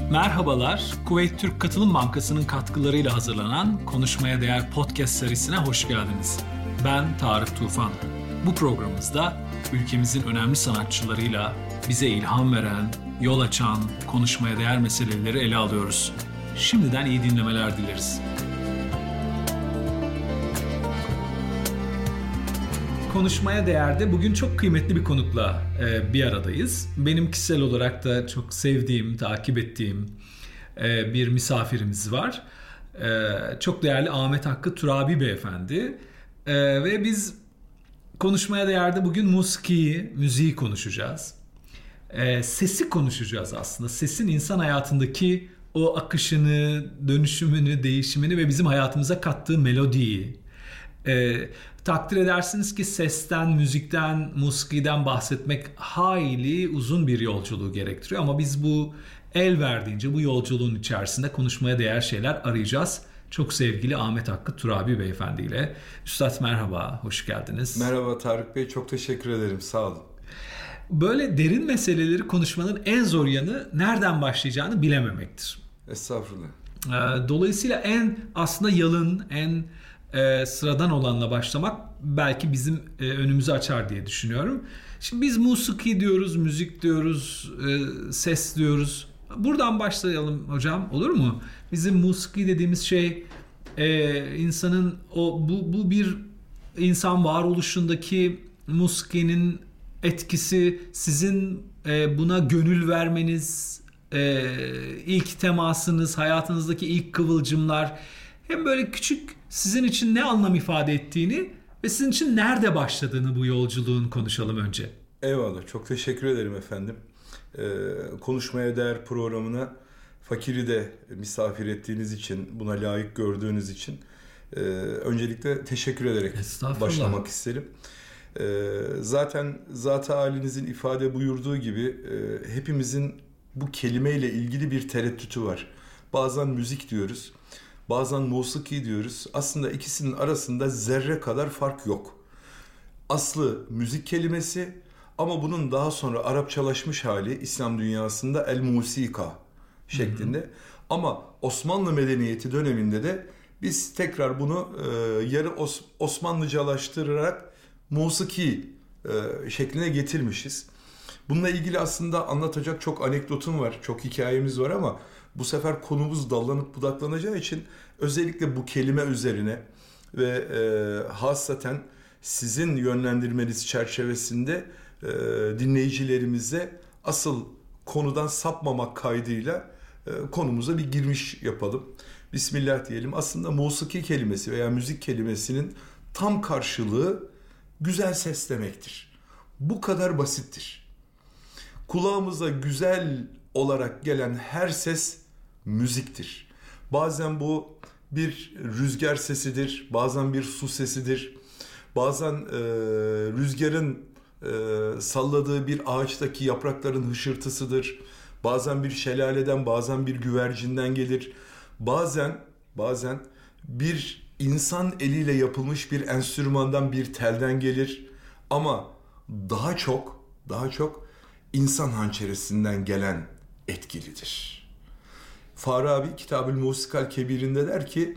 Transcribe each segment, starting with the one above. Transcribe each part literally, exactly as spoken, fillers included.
Merhabalar, Kuveyt Türk Katılım Bankası'nın katkılarıyla hazırlanan Konuşmaya Değer Podcast serisine hoş geldiniz. Ben Tarık Tufan. Bu programımızda ülkemizin önemli sanatçılarıyla bize ilham veren, yol açan, konuşmaya değer meseleleri ele alıyoruz. Şimdiden iyi dinlemeler dileriz. Konuşmaya Değer'de bugün çok kıymetli bir konukla e, bir aradayız. Benim kişisel olarak da çok sevdiğim, takip ettiğim e, bir misafirimiz var. E, çok değerli Ahmet Hakkı Turabi Beyefendi. E, ve biz Konuşmaya Değer'de bugün musikiyi, müziği konuşacağız. E, sesi konuşacağız aslında. Sesin insan hayatındaki o akışını, dönüşümünü, değişimini ve bizim hayatımıza kattığı melodiyi. E, takdir edersiniz ki sesten, müzikten, musikiden bahsetmek hayli uzun bir yolculuğu gerektiriyor. Ama biz bu el verdiğince bu yolculuğun içerisinde konuşmaya değer şeyler arayacağız. Çok sevgili Ahmet Hakkı Turabi Beyefendi ile. Üstad merhaba, hoş geldiniz. Merhaba Tarık Bey, çok teşekkür ederim, sağ olun. Böyle derin meseleleri konuşmanın en zor yanı nereden başlayacağını bilememektir. Estağfurullah. Dolayısıyla en aslında yalın, en e, sıradan olanla başlamak belki bizim e, önümüzü açar diye düşünüyorum. Şimdi biz musiki diyoruz, müzik diyoruz, e, ses diyoruz. Buradan başlayalım hocam, olur mu? Bizim musiki dediğimiz şey e, insanın o bu bu bir insan varoluşundaki musikinin etkisi, sizin e, buna gönül vermeniz, e, ilk temasınız, hayatınızdaki ilk kıvılcımlar, hem böyle küçük sizin için ne anlam ifade ettiğini ve sizin için nerede başladığını bu yolculuğun konuşalım önce. Eyvallah, çok teşekkür ederim efendim. Ee, Konuşmaya Değer programına Fakir'i de misafir ettiğiniz için, buna layık gördüğünüz için e, öncelikle teşekkür ederek başlamak isterim. E, zaten zat-ı halinizin ifade buyurduğu gibi e, hepimizin bu kelimeyle ilgili bir tereddütü var. Bazen müzik diyoruz, bazen musiki diyoruz. Aslında ikisinin arasında zerre kadar fark yok. Aslı müzik kelimesi ama bunun daha sonra Arapçalaşmış hali İslam dünyasında el-musika şeklinde. Hı hı. Ama Osmanlı medeniyeti döneminde de biz tekrar bunu e, yarı Os- Osmanlıcalaştırarak musiki e, şekline getirmişiz. Bununla ilgili aslında anlatacak çok anekdotum var, çok hikayemiz var ama bu sefer konumuz dallanıp budaklanacağı için özellikle bu kelime üzerine ve e, hassaten sizin yönlendirmeniz çerçevesinde e, dinleyicilerimize asıl konudan sapmamak kaydıyla e, konumuza bir girmiş yapalım. Bismillah diyelim. Aslında musiki kelimesi veya müzik kelimesinin tam karşılığı güzel ses demektir. Bu kadar basittir. Kulağımıza güzel olarak gelen her ses müziktir. Bazen bu bir rüzgar sesidir, bazen bir su sesidir, bazen e, rüzgarın e, salladığı bir ağaçtaki yaprakların hışırtısıdır, bazen bir şelaleden, bazen bir güvercinden gelir, bazen bazen bir insan eliyle yapılmış bir enstrümandan, bir telden gelir, ama daha çok daha çok insan hançeresinden gelen etkilidir. Farabi Kitab-ül Musikal Kebir'inde der ki,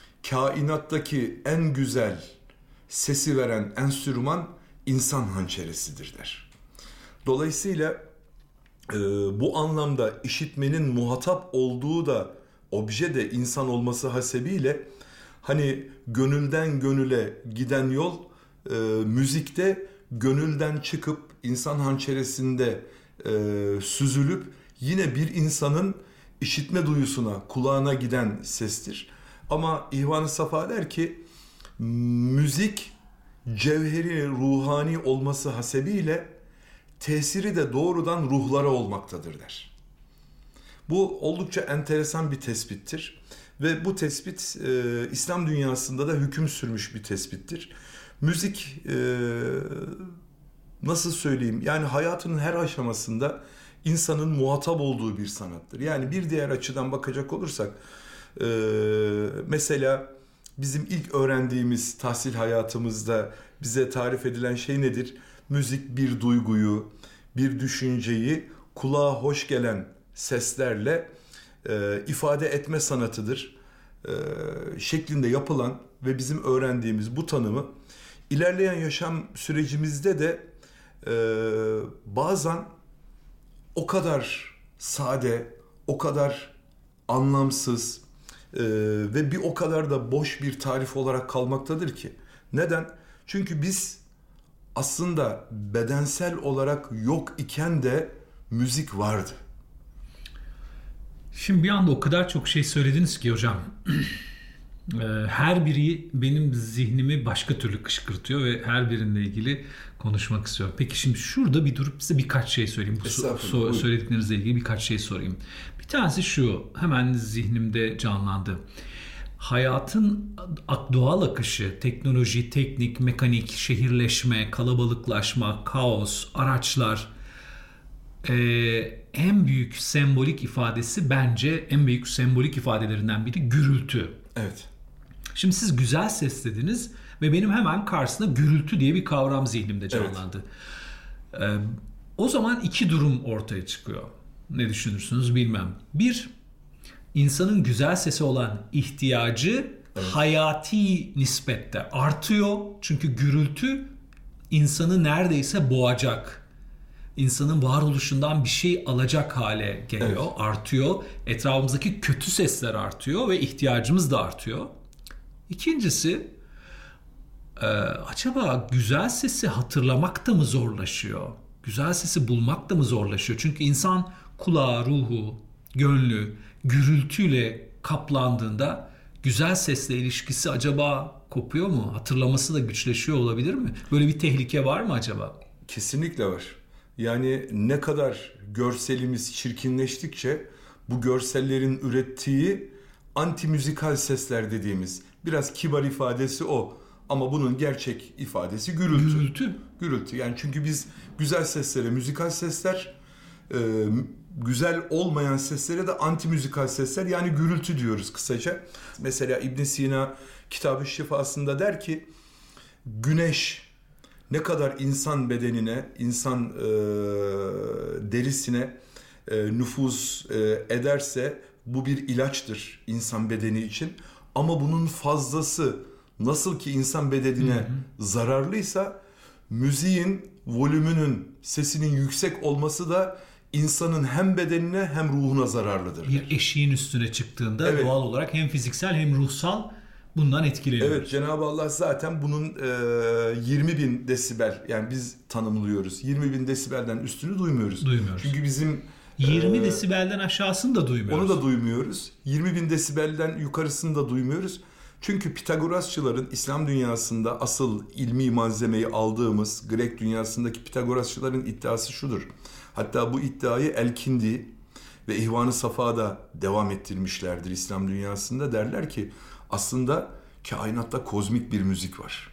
kainattaki en güzel sesi veren enstrüman insan hançeresidir der. Dolayısıyla e, bu anlamda işitmenin muhatap olduğu da obje de insan olması hasebiyle hani gönülden gönüle giden yol e, müzikte gönülden çıkıp insan hançeresinde e, süzülüp yine bir insanın işitme duyusuna, kulağına giden sestir. Ama İhvan-ı Safa der ki müzik cevheri ruhani olması hasebiyle tesiri de doğrudan ruhlara olmaktadır der. Bu oldukça enteresan bir tespittir ve bu tespit e, İslam dünyasında da hüküm sürmüş bir tespittir. Müzik e, nasıl söyleyeyim, yani hayatının her aşamasında insanın muhatap olduğu bir sanattır. Yani bir diğer açıdan bakacak olursak e, mesela bizim ilk öğrendiğimiz tahsil hayatımızda bize tarif edilen şey nedir? Müzik bir duyguyu, bir düşünceyi kulağa hoş gelen seslerle e, ifade etme sanatıdır e, şeklinde yapılan ve bizim öğrendiğimiz bu tanımı ilerleyen yaşam sürecimizde de e, bazen o kadar sade, o kadar anlamsız e, ve bir o kadar da boş bir tarif olarak kalmaktadır ki. Neden? Çünkü biz aslında bedensel olarak yok iken de müzik vardı. Şimdi bir anda o kadar çok şey söylediniz ki hocam. Her biri benim zihnimi başka türlü kışkırtıyor ve her birinle ilgili konuşmak istiyorum. Peki şimdi şurada bir durup size birkaç şey söyleyeyim. Bu so- söylediklerinizle ilgili birkaç şey sorayım. Bir tanesi şu, hemen zihnimde canlandı. Hayatın doğal akışı, teknoloji, teknik, mekanik, şehirleşme, kalabalıklaşma, kaos, araçlar, e, en büyük sembolik ifadesi, bence en büyük sembolik ifadelerinden biri gürültü. Evet. Şimdi siz güzel ses dediniz ve benim hemen karşısında gürültü diye bir kavram zihnimde canlandı. Evet. Ee, o zaman iki durum ortaya çıkıyor. Ne düşünürsünüz bilmem. Bir, insanın güzel sese olan ihtiyacı evet. hayati nispette artıyor. Çünkü gürültü insanı neredeyse boğacak. İnsanın varoluşundan bir şey alacak hale geliyor, evet. artıyor. Etrafımızdaki kötü sesler artıyor ve ihtiyacımız da artıyor. İkincisi, e, acaba güzel sesi hatırlamak da mı zorlaşıyor? Güzel sesi bulmak da mı zorlaşıyor? Çünkü insan kulağı, ruhu, gönlü gürültüyle kaplandığında güzel sesle ilişkisi acaba kopuyor mu? Hatırlaması da güçleşiyor olabilir mi? Böyle bir tehlike var mı acaba? Kesinlikle var. Yani ne kadar görselimiz çirkinleştikçe bu görsellerin ürettiği anti müzikal sesler dediğimiz, biraz kibar ifadesi o ama bunun gerçek ifadesi gürültü. Gürültü. Gürültü. Yani çünkü biz güzel seslere müzikal sesler, e, güzel olmayan seslere de anti müzikal sesler, yani gürültü diyoruz kısaca. Mesela İbn Sina Kitab-ı Şifasında der ki, güneş ne kadar insan bedenine, insan e, derisine e, nüfuz e, ederse bu bir ilaçtır insan bedeni için. Ama bunun fazlası nasıl ki insan bedenine hı hı. zararlıysa, müziğin volümünün, sesinin yüksek olması da insanın hem bedenine hem ruhuna zararlıdır. Bir eşiğin üstüne çıktığında evet. doğal olarak hem fiziksel hem ruhsal bundan etkileniyor. Evet, Cenab-ı Allah zaten bunun e, yirmi bin desibel, yani biz tanımlıyoruz. yirmi bin desibelden üstünü duymuyoruz. Duymuyoruz. Çünkü bizim yirmi e, desibelden aşağısını da duymuyoruz. Onu da duymuyoruz. yirmi bin desibelden yukarısını da duymuyoruz. Çünkü Pitagorasçıların İslam dünyasında asıl ilmi malzemeyi aldığımız Grek dünyasındaki Pitagorasçıların iddiası şudur. Hatta bu iddiayı El-Kindi ve İhvan-ı Safa'da devam ettirmişlerdir İslam dünyasında. Derler ki aslında kainatta kozmik bir müzik var.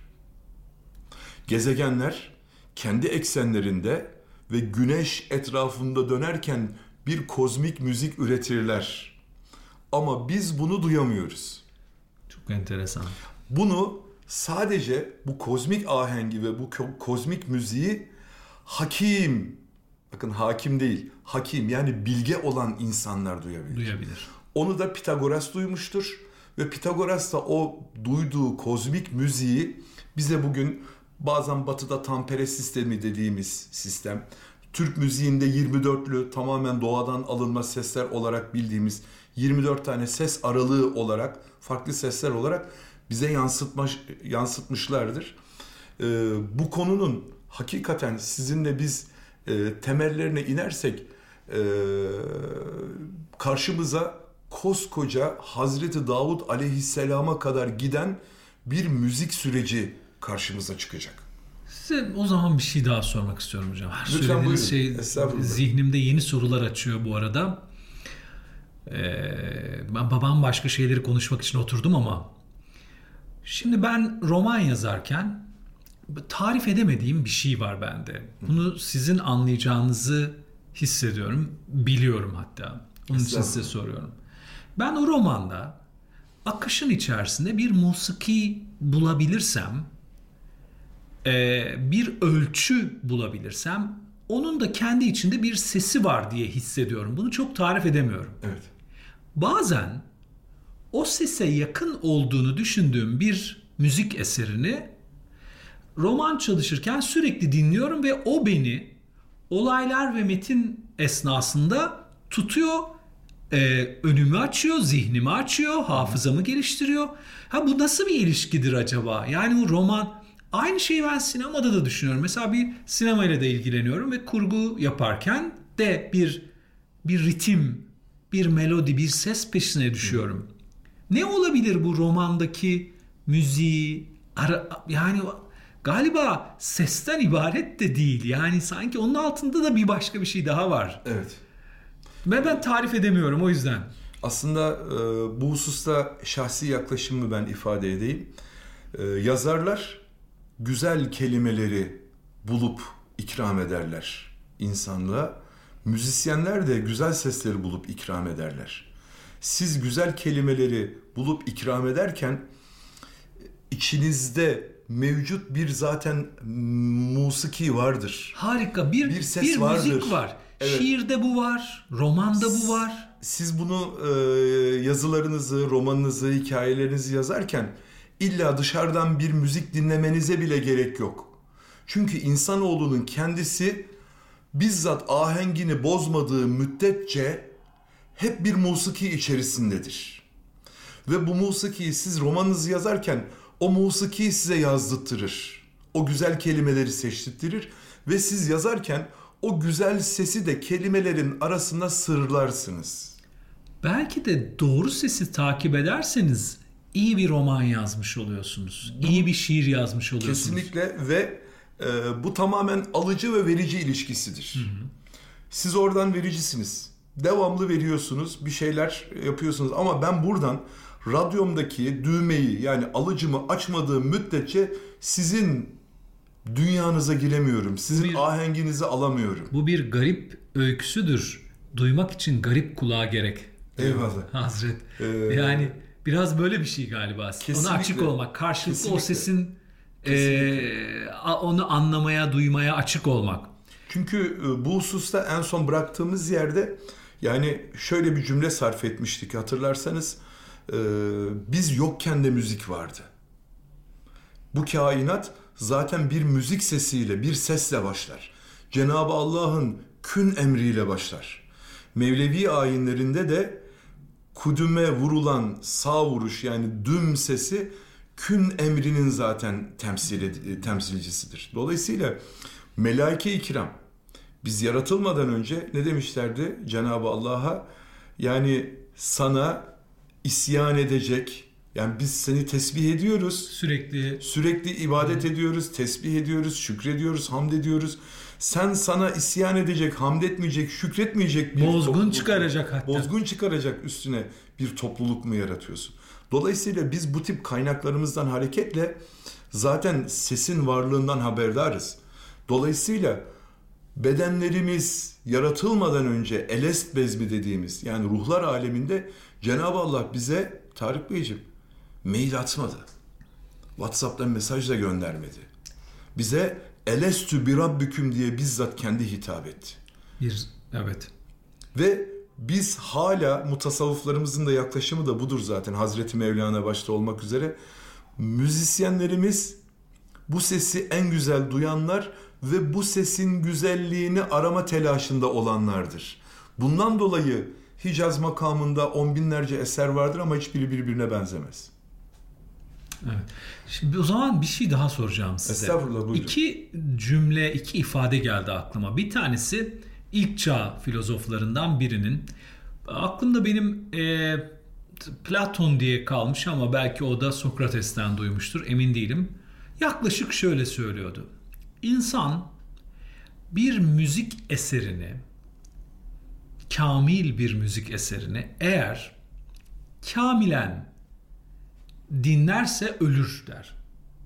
Gezegenler kendi eksenlerinde ve güneş etrafında dönerken bir kozmik müzik üretirler. Ama biz bunu duyamıyoruz. Çok enteresan. Bunu sadece bu kozmik ahengi ve bu kozmik müziği hakim, bakın hakim değil, hakim yani bilge olan insanlar duyabilir. Duyabilir. Onu da Pitagoras duymuştur ve Pitagoras da o duyduğu kozmik müziği bize bugün bazen batıda tampere sistemi dediğimiz sistem, Türk müziğinde yirmi dörtlü tamamen doğadan alınma sesler olarak bildiğimiz yirmi dört tane ses aralığı olarak, farklı sesler olarak bize yansıtmış, yansıtmışlardır. Ee, bu konunun hakikaten sizinle biz e, temellerine inersek e, karşımıza koskoca Hazreti Davud Aleyhisselam'a kadar giden bir müzik süreci karşımıza çıkacak. Size o zaman bir şey daha sormak istiyorum hocam. Her Lütfen söylediğiniz şey zihnimde yeni sorular açıyor bu arada. Ee, ben babam başka şeyleri konuşmak için oturdum ama şimdi ben roman yazarken tarif edemediğim bir şey var bende. Bunu sizin anlayacağınızı hissediyorum, biliyorum hatta. Onun için size soruyorum. Ben o romanda akışın içerisinde bir musiki bulabilirsem, bir ölçü bulabilirsem, onun da kendi içinde bir sesi var diye hissediyorum. Bunu çok tarif edemiyorum. Evet. bazen o sese yakın olduğunu düşündüğüm bir müzik eserini roman çalışırken sürekli dinliyorum ve o beni olaylar ve metin esnasında tutuyor, e, önümü açıyor, zihnimi açıyor, hafızamı geliştiriyor. Ha, bu nasıl bir ilişkidir acaba? Yani bu roman, aynı şeyi ben sinemada da düşünüyorum. Mesela bir sinemayla da ilgileniyorum ve kurgu yaparken de bir bir ritim, bir melodi, bir ses peşine düşüyorum. Ne olabilir bu romandaki müziği? Ara, yani galiba sesten ibaret de değil. Yani sanki onun altında da bir başka bir şey daha var. Evet. Ve ben tarif edemiyorum o yüzden. Aslında e, bu hususta şahsi yaklaşımımı ben ifade edeyim. E, yazarlar güzel kelimeleri bulup ikram ederler insanlığa. Müzisyenler de güzel sesleri bulup ikram ederler. Siz güzel kelimeleri bulup ikram ederken içinizde mevcut bir zaten musiki vardır. Harika bir, bir ses bir vardır. Müzik var. Evet. Şiirde bu var, romanda bu var. Siz bunu e, yazılarınızı, romanınızı, hikayelerinizi yazarken illa dışarıdan bir müzik dinlemenize bile gerek yok. Çünkü insanoğlunun kendisi bizzat ahengini bozmadığı müddetçe hep bir musiki içerisindedir. Ve bu musikiyi siz romanınızı yazarken o musikiyi size yazdırtırır. O güzel kelimeleri seçtirtir ve siz yazarken o güzel sesi de kelimelerin arasında sırlarsınız. Belki de doğru sesi takip ederseniz iyi bir roman yazmış oluyorsunuz. İyi bir şiir yazmış oluyorsunuz. Kesinlikle ve e, bu tamamen alıcı ve verici ilişkisidir. Hı hı. Siz oradan vericisiniz. Devamlı veriyorsunuz, bir şeyler yapıyorsunuz ama ben buradan radyomdaki düğmeyi yani alıcımı açmadığım müddetçe sizin dünyanıza giremiyorum. Sizin bir, ahenginizi alamıyorum. Bu bir garip öyküsüdür. Duymak için garip kulağa gerek. Eyvallah. Hazret. Ee, yani biraz böyle bir şey galiba. Kesinlikle. Ona açık olmak, karşılıklı kesinlikle. O sesin e, onu anlamaya, duymaya açık olmak. Çünkü bu hususta en son bıraktığımız yerde yani şöyle bir cümle sarf etmiştik hatırlarsanız. E, biz yokken de müzik vardı. Bu kainat zaten bir müzik sesiyle, bir sesle başlar. Cenab-ı Allah'ın kün emriyle başlar. Mevlevi ayinlerinde de kudüme vurulan sağ vuruş yani düm sesi kün emrinin zaten temsil, temsilcisidir. Dolayısıyla melaike-i kiram biz yaratılmadan önce ne demişlerdi Cenab-ı Allah'a? Yani sana isyan edecek, yani biz seni tesbih ediyoruz. Sürekli. Sürekli ibadet Hı. ediyoruz, tesbih ediyoruz, şükrediyoruz, hamd ediyoruz. Sen sana isyan edecek, hamd etmeyecek, şükretmeyecek bir bozgun topluluk, çıkaracak hatta. Bozgun çıkaracak üstüne bir topluluk mu yaratıyorsun? Dolayısıyla biz bu tip kaynaklarımızdan hareketle zaten sesin varlığından haberdarız. Dolayısıyla bedenlerimiz yaratılmadan önce elest bezmi dediğimiz yani ruhlar aleminde Cenab-ı Allah bize Tarık Beyciğim mail atmadı. WhatsApp'tan mesaj da göndermedi. Bize elestü bi rabbüküm diye bizzat kendi hitap etti. Bir, evet. Ve biz hala mutasavvıflarımızın da yaklaşımı da budur zaten. Hazreti Mevlana başta olmak üzere. Müzisyenlerimiz bu sesi en güzel duyanlar ve bu sesin güzelliğini arama telaşında olanlardır. Bundan dolayı Hicaz makamında on binlerce eser vardır ama hiçbiri birbirine benzemez. Evet. Şimdi o zaman bir şey daha soracağım size. Estağfurullah, buyurun. İki cümle, iki ifade geldi aklıma. Bir tanesi ilk çağ filozoflarından birinin. Aklımda benim e, Platon diye kalmış ama belki o da Sokrates'ten duymuştur. Emin değilim. Yaklaşık şöyle söylüyordu. İnsan bir müzik eserini, kamil bir müzik eserini eğer kamilen dinlerse ölür der.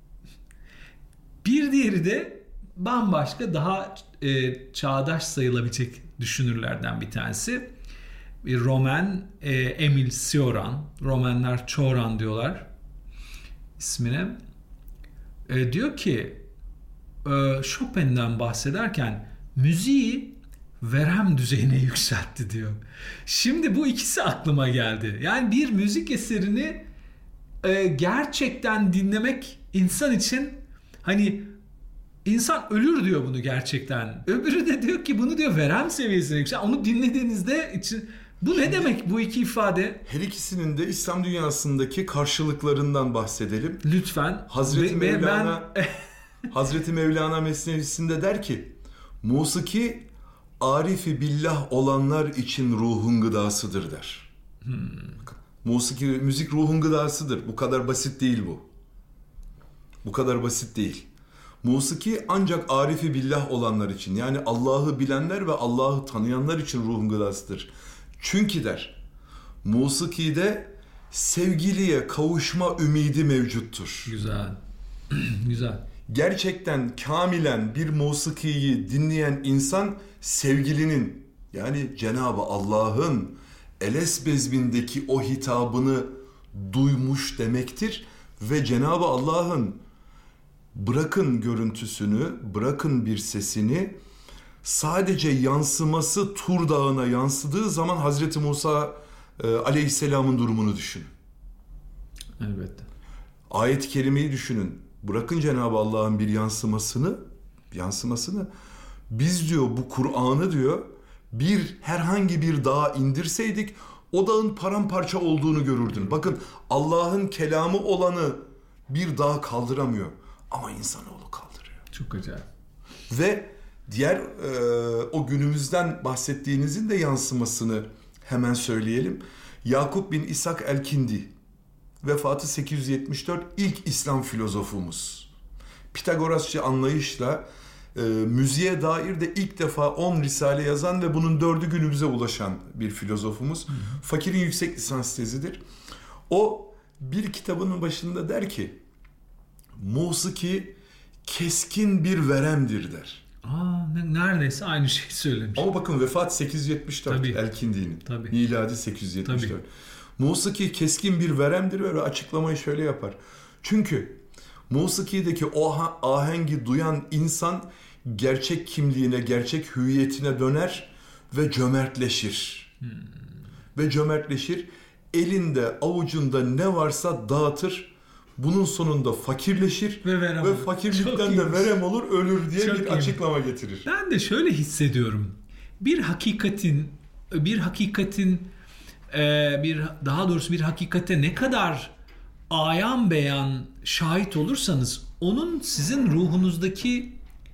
Bir diğeri de bambaşka daha e, çağdaş sayılabilecek düşünürlerden bir tanesi. Bir Roman e, Emil Cioran, Romanlar Çoran diyorlar ismine. E, diyor ki e, Chopin'den bahsederken müziği verem düzeyine yükseltti diyor. Şimdi bu ikisi aklıma geldi. Yani bir müzik eserini e, gerçekten dinlemek insan için, hani insan ölür diyor bunu gerçekten. Öbürü de diyor ki bunu diyor verem seviyesine yükselt. Onu dinlediğinizde için bu Şimdi, ne demek bu iki ifade? Her ikisinin de İslam dünyasındaki karşılıklarından bahsedelim. Lütfen. Hazreti Ve, Mevlana ben... Hazreti Mevlana Mesnevisinde der ki: musiki arifi billah olanlar için ruhun gıdasıdır der. Hmm. Musiki, müzik ruhun gıdasıdır. Bu kadar basit değil bu. Bu kadar basit değil. Musiki ancak arifi billah olanlar için, yani Allah'ı bilenler ve Allah'ı tanıyanlar için ruhun gıdasıdır. Çünkü der, musikide sevgiliye kavuşma ümidi mevcuttur. Güzel. Güzel. Gerçekten kamilen bir musikiyi dinleyen insan sevgilinin, yani Cenab-ı Allah'ın elesbezbindeki o hitabını duymuş demektir ve Cenab-ı Allah'ın bırakın görüntüsünü, bırakın bir sesini, sadece yansıması Tur Dağı'na yansıdığı zaman Hazreti Musa e, Aleyhisselam'ın durumunu düşünün. Elbette. Ayet-i kerimeyi düşünün. Bırakın Cenab-ı Allah'ın bir yansımasını, yansımasını. Biz diyor bu Kur'an'ı diyor bir herhangi bir dağa indirseydik o dağın paramparça olduğunu görürdün. Bakın Allah'ın kelamı olanı bir dağ kaldıramıyor ama insanoğlu kaldırıyor. Çok acayip. Ve diğer e, o günümüzden bahsettiğinizin de yansımasını hemen söyleyelim. Yakup bin İshak el-Kindi, vefatı sekiz yüz yetmiş dört, ilk İslam filozofumuz. Pitagorasçı anlayışla e, müziğe dair de ilk defa on risale yazan ve bunun dördü günümüze ulaşan bir filozofumuz. Hı hı. Fakir'in yüksek lisans tezidir. O bir kitabının başında der ki, musiki keskin bir veremdir der. Aa, neredeyse aynı şeyi söylemiş. Ama bakın vefat sekiz yüz yetmiş dört el-Kindi'nin. Miladi sekiz yüz yetmiş dört. Tabii. Musiki keskin bir veremdir ve açıklamayı şöyle yapar. Çünkü musikideki o ahengi duyan insan gerçek kimliğine, gerçek hüviyetine döner ve cömertleşir. Hmm. Ve cömertleşir. Elinde, avucunda ne varsa dağıtır. Bunun sonunda fakirleşir ve, ve fakirlikten de verem olur, ölür diye Çok bir iyiymiş. açıklama getirir. Ben de şöyle hissediyorum. Bir hakikatin, bir hakikatin bir daha doğrusu bir hakikate ne kadar ayan beyan şahit olursanız onun sizin ruhunuzdaki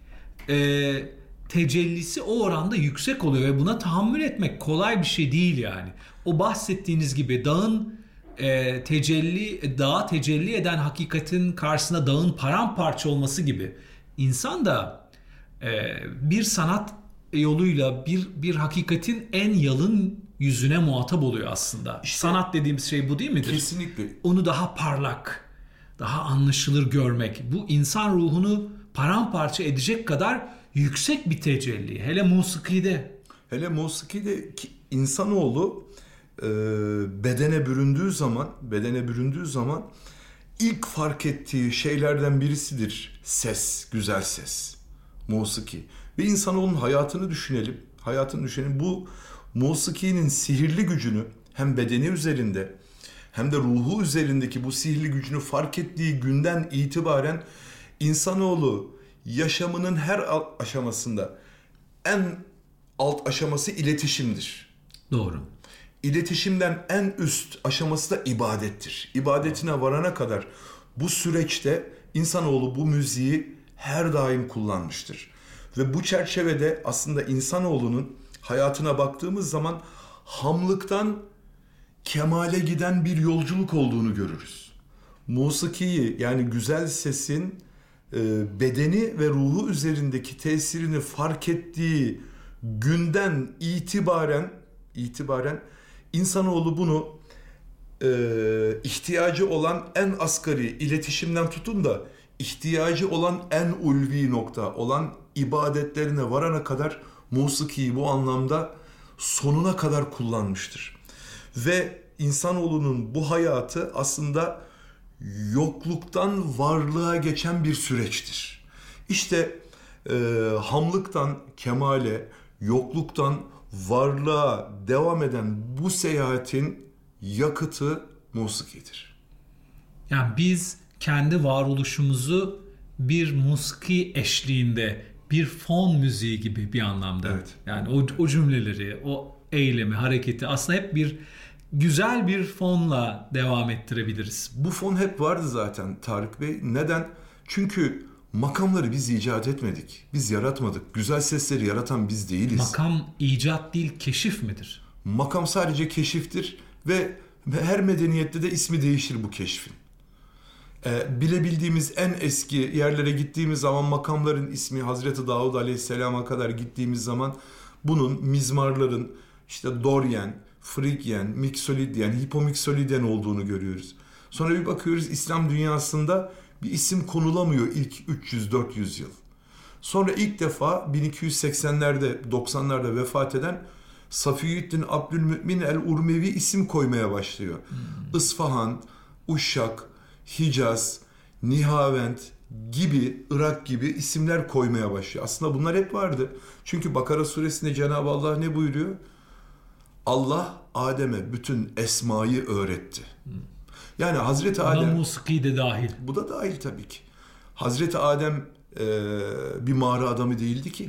e, tecellisi o oranda yüksek oluyor ve buna tahammül etmek kolay bir şey değil yani. O bahsettiğiniz gibi dağın e, tecelli, dağa tecelli eden hakikatin karşısında dağın paramparça olması gibi insan da e, bir sanat yoluyla bir bir hakikatin en yalın yüzüne muhatap oluyor aslında. İşte, sanat dediğimiz şey bu değil midir? Kesinlikle. Onu daha parlak, daha anlaşılır görmek. Bu insan ruhunu paramparça edecek kadar yüksek bir tecelli. Hele musikide. Hele musikide insanoğlu e, bedene büründüğü zaman, bedene büründüğü zaman ilk fark ettiği şeylerden birisidir ses, güzel ses. Musiki. Ve insanoğlunun hayatını düşünelim. Hayatını düşünelim. Bu musikinin sihirli gücünü hem bedeni üzerinde hem de ruhu üzerindeki bu sihirli gücünü fark ettiği günden itibaren insanoğlu yaşamının her aşamasında en alt aşaması iletişimdir. Doğru. İletişimden en üst aşaması da ibadettir. İbadetine varana kadar bu süreçte insanoğlu bu müziği her daim kullanmıştır. Ve bu çerçevede aslında insanoğlunun hayatına baktığımız zaman hamlıktan kemale giden bir yolculuk olduğunu görürüz. Musikiyi, yani güzel sesin bedeni ve ruhu üzerindeki tesirini fark ettiği günden itibaren itibaren insanoğlu bunu e, ihtiyacı olan en asgari iletişimden tutun da ihtiyacı olan en ulvi nokta olan ibadetlerine varana kadar musikiyi bu anlamda sonuna kadar kullanmıştır. Ve insanoğlunun bu hayatı aslında yokluktan varlığa geçen bir süreçtir. İşte e, hamlıktan kemale, yokluktan varlığa devam eden bu seyahatin yakıtı musikidir. Yani biz kendi varoluşumuzu bir musiki eşliğinde, bir fon müziği gibi bir anlamda. Evet. Yani o, o cümleleri, o eylemi, hareketi aslında hep bir güzel bir fonla devam ettirebiliriz. Bu fon hep vardı zaten Tarık Bey. Neden? Çünkü makamları biz icat etmedik. Biz yaratmadık. Güzel sesleri yaratan biz değiliz. Makam icat değil, keşif midir? Makam sadece keşiftir ve her medeniyette de ismi değişir bu keşfin. Ee, bilebildiğimiz en eski yerlere gittiğimiz zaman makamların ismi Hazreti Davud Aleyhisselam'a kadar gittiğimiz zaman bunun mizmarların işte Doryen, Frigyen, Miksolidyen, Hipomiksolidyen olduğunu görüyoruz. Sonra bir bakıyoruz İslam dünyasında bir isim konulamıyor ilk üç yüz dört yüz yıl. Sonra ilk defa bin iki yüz seksenlerde doksanlarda vefat eden Safiyüddin Abdülmümin el-Urmevi isim koymaya başlıyor. Hmm. İsfahan, Uşşak, Hicaz, Nihavend gibi, Irak gibi isimler koymaya başlıyor. Aslında bunlar hep vardı. Çünkü Bakara suresinde Cenab-ı Allah ne buyuruyor? Allah Adem'e bütün esmayı öğretti. Hmm. Yani Hazreti Buna Adem... musiki de dahil. Bu da dahil tabii ki. Hazreti Adem e, bir mağara adamı değildi ki.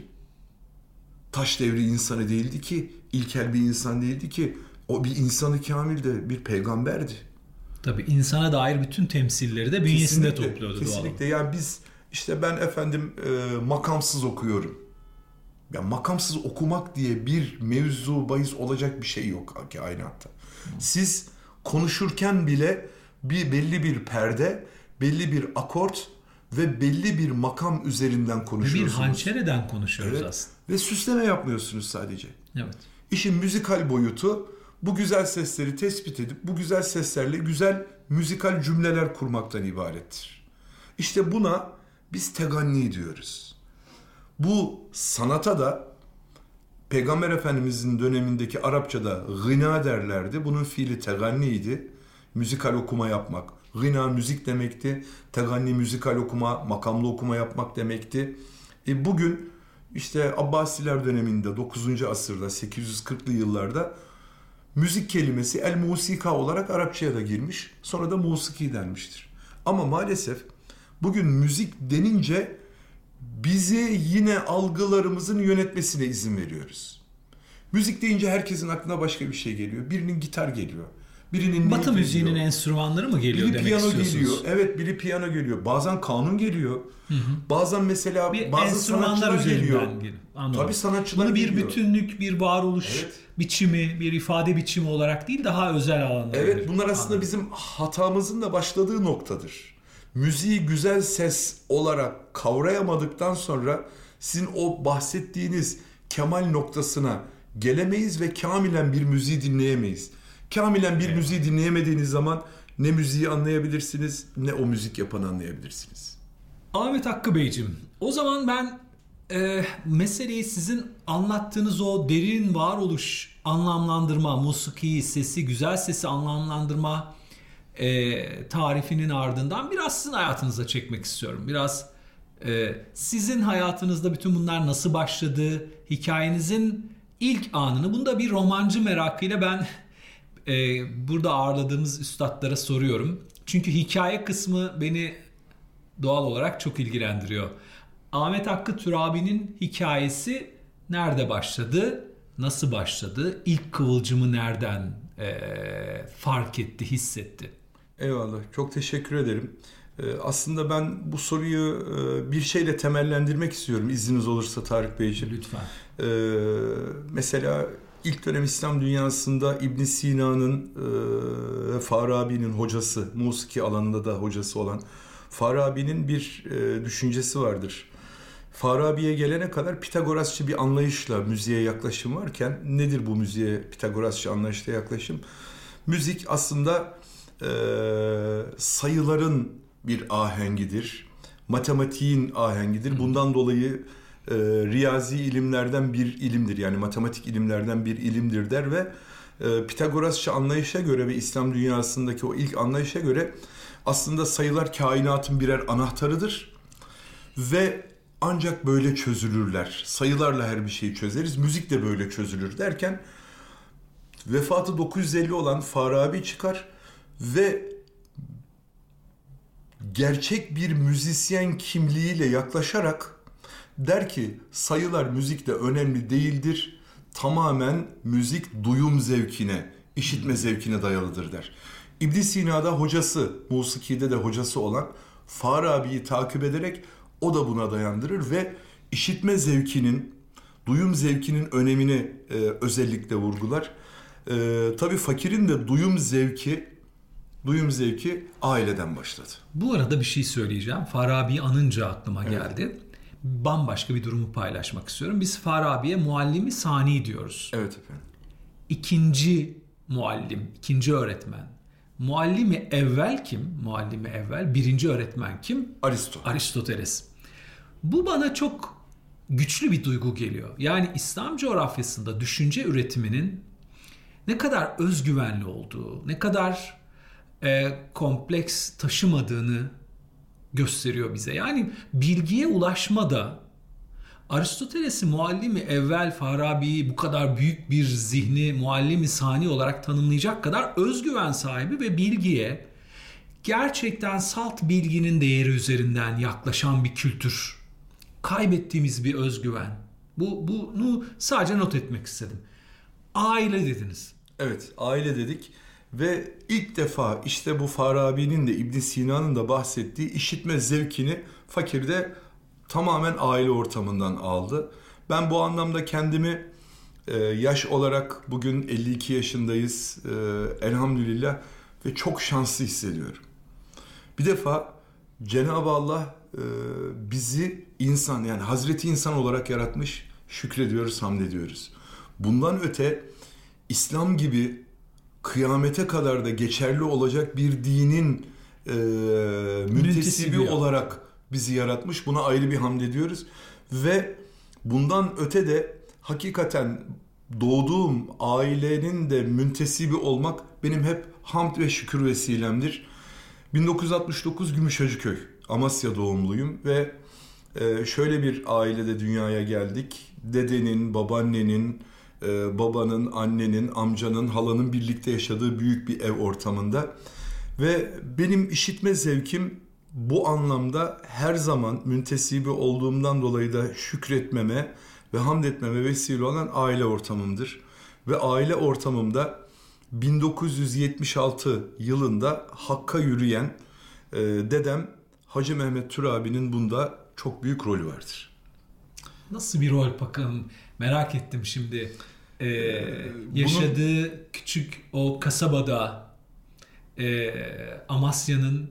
Taş devri insanı değildi ki. İlkel bir insan değildi ki. O bir insanı kamildi, bir peygamberdi. Tabii insana dair bütün temsilleri de bünyesinde kesinlikle, topluyordu. Kesinlikle. Yani biz işte ben efendim e, makamsız okuyorum. Ya makamsız okumak diye bir mevzu bahis olacak bir şey yok kainatta. Siz konuşurken bile bir belli bir perde, belli bir akort ve belli bir makam üzerinden konuşuyorsunuz. Bir hançereden konuşuyoruz evet. aslında. Ve süsleme yapmıyorsunuz sadece. Evet. İşin müzikal boyutu bu güzel sesleri tespit edip bu güzel seslerle güzel müzikal cümleler kurmaktan ibarettir. İşte buna biz teganni diyoruz. Bu sanata da Peygamber Efendimizin dönemindeki Arapçada gına derlerdi. Bunun fiili teganniydi. Müzikal okuma yapmak. Gına müzik demekti. Teganni müzikal okuma, makamlı okuma yapmak demekti. E bugün işte Abbasiler döneminde dokuzuncu asırda sekiz yüz kırklı yıllarda müzik kelimesi el musika olarak Arapçaya da girmiş. Sonra da musiki denmiştir. Ama maalesef bugün müzik denince bizi yine algılarımızın yönetmesine izin veriyoruz. Müzik deyince herkesin aklına başka bir şey geliyor. Birinin gitar geliyor. Birinin Batı müziğinin geliyor? Enstrümanları mı geliyor biri demek piyano istiyorsunuz? Geliyor. Evet, biri piyano geliyor. Bazen kanun geliyor. Hı hı. Bazen mesela bir bazı sanatçılar geliyor. geliyor. Tabii sanatçılar Bunu bir geliyor. bütünlük, bir varoluş evet. biçimi, bir ifade biçimi olarak değil daha özel alanlar. Evet, gelir. Bunlar aslında Anladım. bizim hatamızın da başladığı noktadır. Müziği güzel ses olarak kavrayamadıktan sonra sizin o bahsettiğiniz kemal noktasına gelemeyiz ve kamilen bir müziği dinleyemeyiz. Kamilen bir evet. müziği dinleyemediğiniz zaman ne müziği anlayabilirsiniz ne o müzik yapanı anlayabilirsiniz. Ahmet Hakkı Beyciğim, o zaman ben e, meseleyi sizin anlattığınız o derin varoluş anlamlandırma, musiki, sesi, güzel sesi anlamlandırma e, tarifinin ardından biraz sizin hayatınıza çekmek istiyorum. Biraz e, sizin hayatınızda bütün bunlar nasıl başladı, hikayenizin ilk anını, bunu da bir romancı merakıyla ben e, burada ağırladığımız üstadlara soruyorum. Çünkü hikaye kısmı beni doğal olarak çok ilgilendiriyor. Ahmet Hakkı Turabi'nin hikayesi nerede başladı, nasıl başladı, ilk kıvılcımı nereden e, fark etti, hissetti? Eyvallah, çok teşekkür ederim. Ee, aslında ben bu soruyu e, bir şeyle temellendirmek istiyorum, izniniz olursa Tarık Beyciğim. Lütfen. Ee, mesela ilk dönem İslam dünyasında İbn Sina'nın ve e, Farabi'nin hocası, musiki alanında da hocası olan Farabi'nin bir e, düşüncesi vardır. Farabi'ye gelene kadar Pitagorasçı bir anlayışla müziğe yaklaşım varken, nedir bu müziğe Pitagorasçı anlayışla yaklaşım? Müzik aslında e, sayıların bir ahengidir, matematiğin ahengidir. Bundan dolayı e, riyazi ilimlerden bir ilimdir, yani matematik ilimlerden bir ilimdir der ve e, Pitagorasçı anlayışa göre ve İslam dünyasındaki o ilk anlayışa göre aslında sayılar kainatın birer anahtarıdır ve ancak böyle çözülürler. Sayılarla her bir şeyi çözeriz. Müzik de böyle çözülür derken vefatı dokuz yüz elli olan Farabi çıkar ve gerçek bir müzisyen kimliğiyle yaklaşarak der ki sayılar müzikte önemli değildir. Tamamen müzik duyum zevkine, işitme zevkine dayalıdır der. İbn Sina'da hocası, musikide de hocası olan Farabi'yi takip ederek o da buna dayandırır ve işitme zevkinin, duyum zevkinin önemini e, özellikle vurgular. E, tabii fakirin de duyum zevki, duyum zevki aileden başladı. Bu arada bir şey söyleyeceğim. Farabi'yi anınca aklıma geldi. Evet. Bambaşka bir durumu paylaşmak istiyorum. Biz Farabi'ye muallimi sani diyoruz. Evet efendim. İkinci muallim, ikinci öğretmen. Muallimi evvel kim? Muallimi evvel. Birinci öğretmen kim? Aristo. Aristoteles. Bu bana çok güçlü bir duygu geliyor. Yani İslam coğrafyasında düşünce üretiminin ne kadar özgüvenli olduğu, ne kadar e, kompleks taşımadığını gösteriyor bize. Yani bilgiye ulaşmada Aristoteles'i muallimi evvel, Farabi'yi bu kadar büyük bir zihni muallimi sani olarak tanımlayacak kadar özgüven sahibi ve bilgiye gerçekten salt bilginin değeri üzerinden yaklaşan bir kültür. Kaybettiğimiz bir özgüven. Bu bunu sadece not etmek istedim. Aile dediniz. Evet, aile dedik ve ilk defa işte bu Farabi'nin de İbn Sina'nın da bahsettiği işitme zevkini fakirde tamamen aile ortamından aldı. Ben bu anlamda kendimi e, yaş olarak bugün elli iki yaşındayız e, elhamdülillah ve çok şanslı hissediyorum. Bir defa Cenab-ı Allah e, bizi insan yani Hazreti insan olarak yaratmış, şükrediyoruz, hamd ediyoruz. Bundan öte İslam gibi kıyamete kadar da geçerli olacak bir dinin e, müntesibi olarak bizi yaratmış. Buna ayrı bir hamd ediyoruz. Ve bundan öte de hakikaten doğduğum ailenin de müntesibi olmak benim hep hamd ve şükür vesilemdir. bin dokuz yüz altmış dokuz Gümüşhacıköy, Amasya doğumluyum ve şöyle bir ailede dünyaya geldik. Dedenin, babaannenin, babanın, annenin, amcanın, halanın birlikte yaşadığı büyük bir ev ortamında. Ve benim işitme zevkim bu anlamda her zaman müntesibi olduğumdan dolayı da şükretmeme ve hamd etmeme vesile olan aile ortamımdır. Ve aile ortamımda bin dokuz yüz yetmiş altı yılında Hakk'a yürüyen e, dedem Hacı Mehmet Türabi'nin bunda çok büyük rolü vardır. Nasıl bir rol bakalım, merak ettim şimdi. Ee, yaşadığı Bunun... küçük o kasabada e, Amasya'nın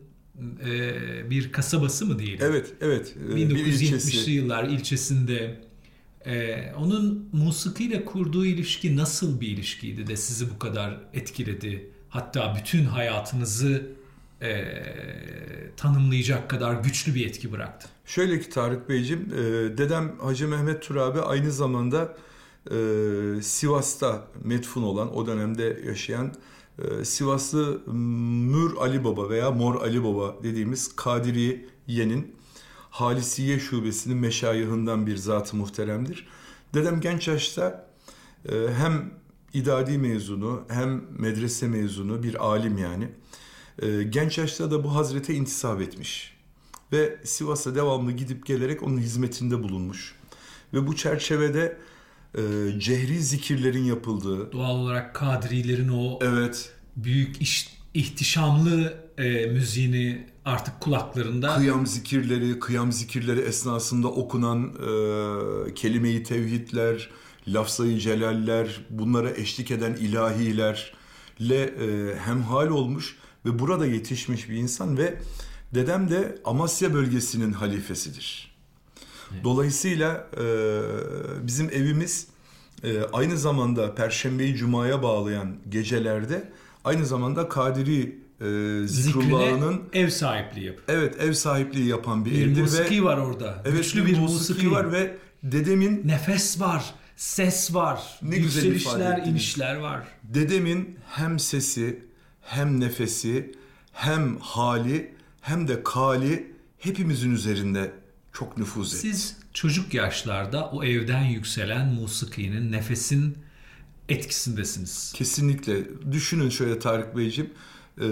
e, bir kasabası mı diyelim? Evet, evet. bin dokuz yüz yetmişli yıllar ilçesinde e, onun musikiyle kurduğu ilişki nasıl bir ilişkiydi de sizi bu kadar etkiledi? Hatta bütün hayatınızı e, tanımlayacak kadar güçlü bir etki bıraktı. Şöyle ki Tarık Beyciğim, e, dedem Hacı Mehmet Türabi aynı zamanda e, Sivas'ta metfun olan, o dönemde yaşayan e, Sivaslı Mür Ali Baba veya Mor Ali Baba dediğimiz Kadiriye'nin Halisiye şubesinin meşayihından bir zat-ı muhteremdir. Dedem genç yaşta e, hem idadi mezunu hem medrese mezunu bir alim yani. E, genç yaşta da bu hazrete intisap etmiş. Ve Sivas'a devamlı gidip gelerek onun hizmetinde bulunmuş. Ve bu çerçevede e, cehri zikirlerin yapıldığı... Doğal olarak Kadrilerin o evet, büyük iş, ihtişamlı e, müziğini artık kulaklarında... Kıyam zikirleri, kıyam zikirleri esnasında okunan e, kelime-i tevhidler, lafzayı celaller, bunlara eşlik eden ilahilerle e, hemhal olmuş ve burada yetişmiş bir insan ve dedem de Amasya bölgesinin halifesidir. Evet. Dolayısıyla e, bizim evimiz e, aynı zamanda Perşembeyi Cuma'ya bağlayan gecelerde aynı zamanda Kadiri e, zikrullahının ev sahipliği yapıyor. Evet, ev sahipliği yapan bir, bir evdir. Musiki ve, var orada. Evet, güçlü bir, bir musiki var ve dedemin... Nefes var, ses var, ne yükselişler, inişler var. Dedemin hem sesi, hem nefesi, hem hali, hem de kali hepimizin üzerinde çok nüfuz etti. Siz çocuk yaşlarda o evden yükselen musikinin, nefesin etkisindesiniz. Kesinlikle. Düşünün şöyle Tarık Beyciğim, e,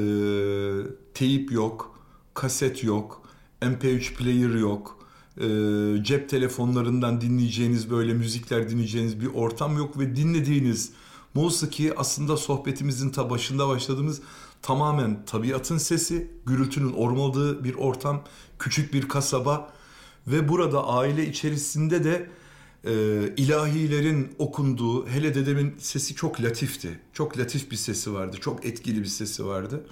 teyip yok, kaset yok, M P üç player yok, e, cep telefonlarından dinleyeceğiniz, böyle müzikler dinleyeceğiniz bir ortam yok ve dinlediğiniz musiki aslında sohbetimizin ta başında başladığımız tamamen tabiatın sesi, gürültünün olmadığı bir ortam, küçük bir kasaba ve burada aile içerisinde de e, ilahilerin okunduğu, hele dedemin sesi çok latifti. Çok latif bir sesi vardı, çok etkili bir sesi vardı.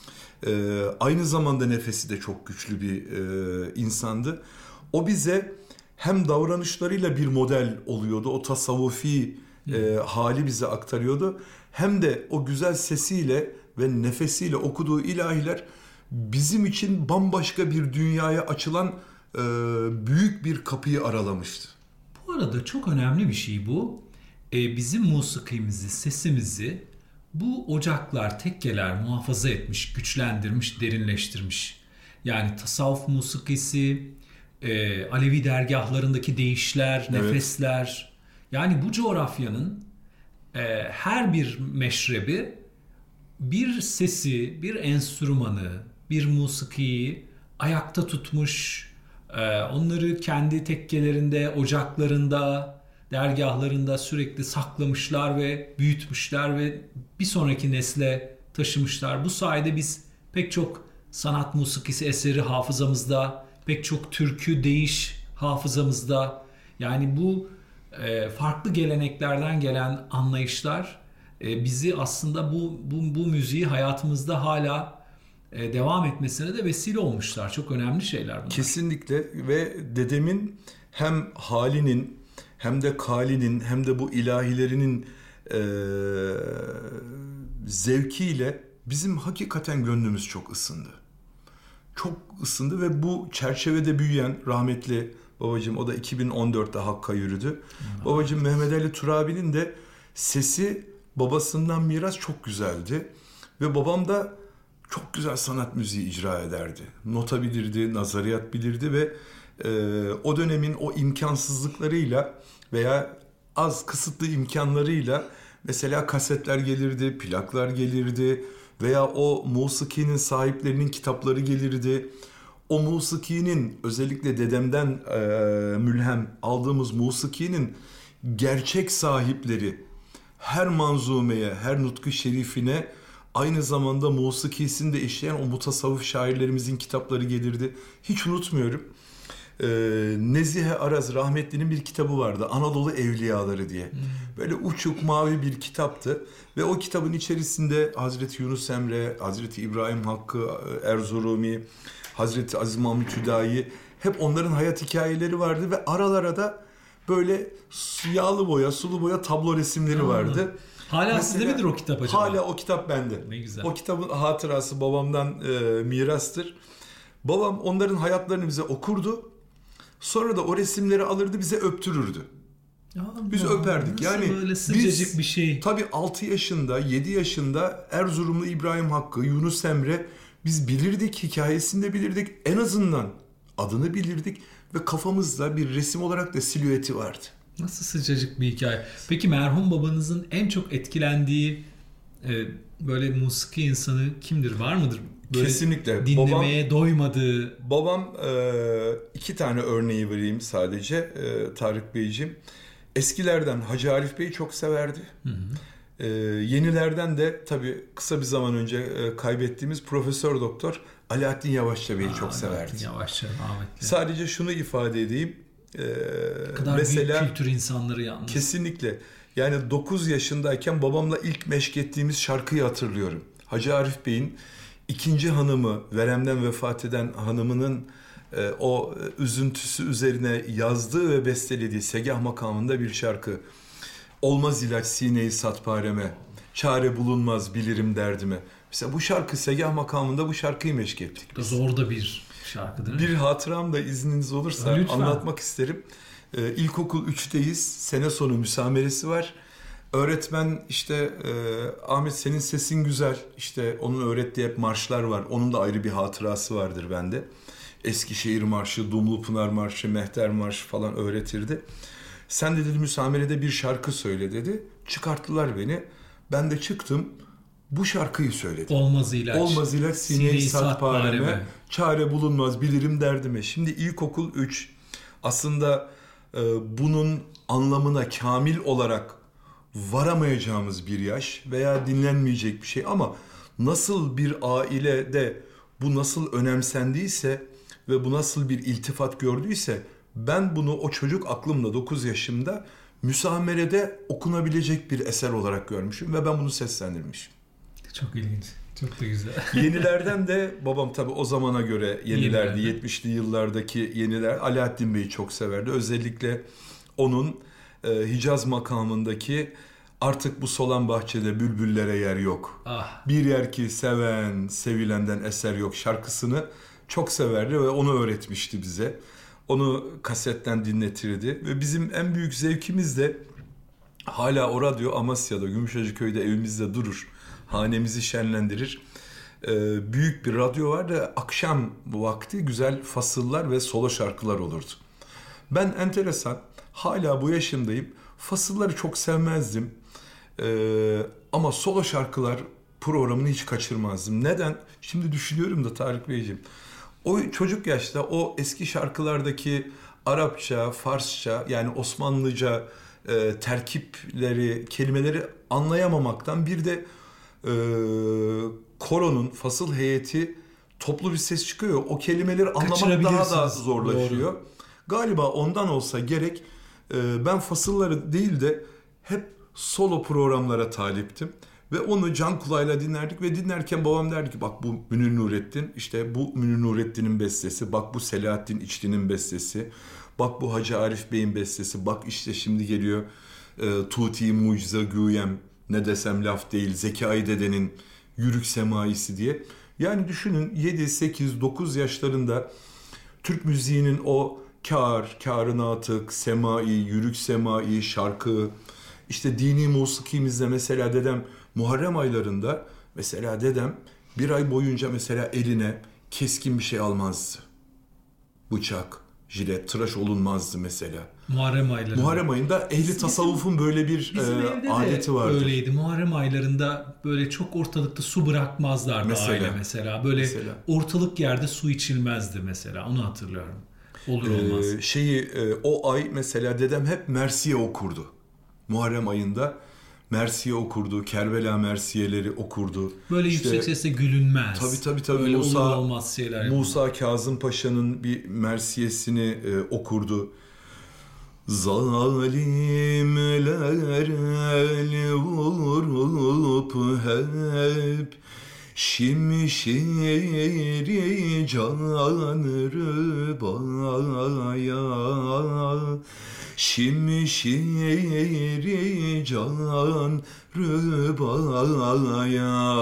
E, aynı zamanda nefesi de çok güçlü bir e, insandı. O bize hem davranışlarıyla bir model oluyordu, o tasavvufi e, hali bize aktarıyordu. Hem de o güzel sesiyle ve nefesiyle okuduğu ilahiler bizim için bambaşka bir dünyaya açılan e, büyük bir kapıyı aralamıştı. Bu arada çok önemli bir şey bu. Ee, bizim musikimizi, sesimizi bu ocaklar, tekkeler muhafaza etmiş, güçlendirmiş, derinleştirmiş. Yani tasavvuf musikisi, e, Alevi dergahlarındaki deyişler, Evet. nefesler. Yani bu coğrafyanın e, her bir meşrebi bir sesi, bir enstrümanı, bir musikiyi ayakta tutmuş, e, onları kendi tekkelerinde, ocaklarında, dergahlarında sürekli saklamışlar ve büyütmüşler ve bir sonraki nesle taşımışlar. Bu sayede biz pek çok sanat musikisi eseri hafızamızda, pek çok türkü, deyiş hafızamızda. Yani bu e, farklı geleneklerden gelen anlayışlar e, bizi aslında bu, bu, bu müziği hayatımızda hala e, devam etmesine de vesile olmuşlar. Çok önemli şeyler bunlar. Kesinlikle ve dedemin hem halinin hem de kalinin hem de bu ilahilerinin e, zevkiyle bizim hakikaten gönlümüz çok ısındı. Çok ısındı ve bu çerçevede büyüyen rahmetli babacığım, o da iki bin on dörtte Hakk'a yürüdü. Hmm. Babacığım Mehmet Ali Turabi'nin de sesi babasından miras çok güzeldi. Ve babam da çok güzel sanat müziği icra ederdi. Nota bilirdi, nazariyat bilirdi ve e, o dönemin o imkansızlıklarıyla veya az kısıtlı imkanlarıyla mesela kasetler gelirdi, plaklar gelirdi veya o musikinin sahiplerinin kitapları gelirdi. O musikinin, özellikle dedemden e, mülhem aldığımız musikinin gerçek sahipleri her manzumeye, her nutku şerifine aynı zamanda musikisini de işleyen o mutasavvıf şairlerimizin kitapları gelirdi. Hiç unutmuyorum. Ee, Nezihe Araz rahmetlinin bir kitabı vardı. Anadolu Evliyaları diye. Hmm. Böyle uçuk mavi bir kitaptı. Ve o kitabın içerisinde Hazreti Yunus Emre, Hazreti İbrahim Hakkı Erzurumi, Hazreti Aziz Mahmud Hüdayi, hep onların hayat hikayeleri vardı ve aralara da böyle yağlı boya, sulu boya tablo resimleri hmm. vardı. Hala mesela, sizde midir o kitap acaba? Hala o kitap bende. Ne güzel. O kitabın hatırası babamdan e, mirastır. Babam onların hayatlarını bize okurdu. Sonra da o resimleri alırdı, bize öptürürdü. Allah, biz öperdik. Yani böyle sıcacık biz, bir şey. Tabii altı yaşında, yedi yaşında Erzurumlu İbrahim Hakkı, Yunus Emre biz bilirdik, hikayesini de bilirdik. En azından adını bilirdik ve kafamızda bir resim olarak da silüeti vardı. Nasıl sıcacık bir hikaye. Peki merhum babanızın en çok etkilendiği e, böyle musiki insanı kimdir? Var mıdır? Böyle kesinlikle. Dinlemeye babam, doymadığı. Babam e, iki tane örneği vereyim sadece e, Tarık Beyciğim. Eskilerden Hacı Arif Bey'i çok severdi. Hı hı. E, yenilerden de tabii kısa bir zaman önce e, kaybettiğimiz Profesör Doktor Alaaddin Yavaşça Bey'i Aa, çok severdi. Alaaddin Yavaşça rahmetli. Sadece şunu ifade edeyim. E, ne kadar mesela, büyük kültür insanları yalnız. Kesinlikle. Yani dokuz yaşındayken babamla ilk meşk ettiğimiz şarkıyı hatırlıyorum. Hacı Arif Bey'in ikinci hanımı, veremden vefat eden hanımının e, o üzüntüsü üzerine yazdığı ve bestelediği Segah makamında bir şarkı. Olmaz ilaç sineyi satpareme, çare bulunmaz bilirim derdime. Mesela bu şarkı, Segah makamında bu şarkıyı meşk ettik. Zor da bir şarkıdır. Bir hatıram da izniniz olursa lütfen anlatmak isterim. Ee, İlkokul üçteyiz, sene sonu müsameresi var. Öğretmen işte e, Ahmet senin sesin güzel, işte onun öğrettiği hep marşlar var. Onun da ayrı bir hatırası vardır bende. Eskişehir Marşı, Dumlupınar Marşı, Mehter Marşı falan öğretirdi. Sen de dedi müsamerede bir şarkı söyle dedi. Çıkarttılar beni. Ben de çıktım. Bu şarkıyı söyledim. Olmaz ilaç. Olmaz ilaç sineği satpareme. Çare bulunmaz bilirim derdime. Şimdi ilkokul üç. Aslında e, bunun anlamına kamil olarak varamayacağımız bir yaş veya dinlenmeyecek bir şey ama nasıl bir ailede bu nasıl önemsendiyse ve bu nasıl bir iltifat gördüyse ben bunu o çocuk aklımda dokuz yaşımda müsamerede okunabilecek bir eser olarak görmüşüm ve ben bunu seslendirmişim. Çok ilginç. Çok da güzel. Yenilerden de babam tabii o zamana göre yenilerdi. yetmişli yıllardaki yeniler. Alaaddin Bey'i çok severdi. Özellikle onun e, Hicaz makamındaki artık bu solan bahçede bülbüllere yer yok. Ah. Bir yer ki seven, sevilenden eser yok şarkısını çok severdi ve onu öğretmişti bize. Onu kasetten dinletirdi ve bizim en büyük zevkimiz de hala o radyo Amasya'da, Gümüşhacıköy'de evimizde durur. Hanemizi şenlendirir. Ee, büyük bir radyo var da akşam vakti güzel fasıllar ve solo şarkılar olurdu. Ben enteresan, hala bu yaşımdayım. Fasılları çok sevmezdim. Ee, ama solo şarkılar programını hiç kaçırmazdım. Neden? Şimdi düşünüyorum da Tarık Beyciğim. O çocuk yaşta o eski şarkılardaki Arapça, Farsça yani Osmanlıca e, terkipleri, kelimeleri anlayamamaktan bir de e, koronun, fasıl heyeti toplu bir ses çıkıyor. O kelimeleri anlamak daha da zorlaşıyor. Doğru. Galiba ondan olsa gerek e, ben fasılları değil de hep solo programlara taliptim. Ve onu can kulağıyla dinlerdik ve dinlerken babam derdi ki bak bu Münir Nurettin, işte bu Münir Nurettin'in bestesi, bak bu Selahattin İçti'nin bestesi, bak bu Hacı Arif Bey'in bestesi, bak işte şimdi geliyor e, Tuti Mucize Güyem, ne desem laf değil, Zekai Dede'nin Yürük Semaisi diye. Yani düşünün yedi, sekiz, dokuz yaşlarında Türk müziğinin o kâr, kârın atık, semai, yürük semai, şarkı, işte dini musikimizde mesela dedem Muharrem aylarında mesela dedem bir ay boyunca mesela eline keskin bir şey almazdı. Bıçak, jilet, tıraş olunmazdı mesela. Muharrem aylarında. Muharrem ayında ehli tasavvufun böyle bir e, adeti vardı. Öyleydi. Muharrem aylarında böyle çok ortalıkta su bırakmazlardı mesela, aile mesela. Böyle mesela. Ortalık yerde su içilmezdi mesela. Onu hatırlıyorum. Olur olmaz. Ee, şeyi e, o ay mesela dedem hep Mersiye okurdu. Muharrem ayında Mersiye okurdu, Kerbela Mersiyeleri okurdu. Böyle işte, yüksek sesle gülünmez. Tabii tabii tabii. Böyle Musa, olur olmaz şeyler. Musa yapalım. Kazım Paşa'nın bir Mersiyesini e, okurdu. Zalimler el vurup hep şimşiri canrı baya şimşiri canrı baya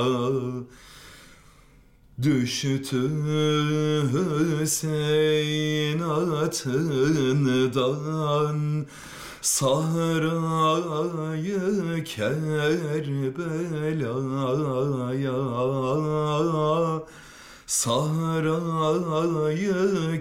düştü Hüseyin atından sahrayı Kerbela'ya sahrayı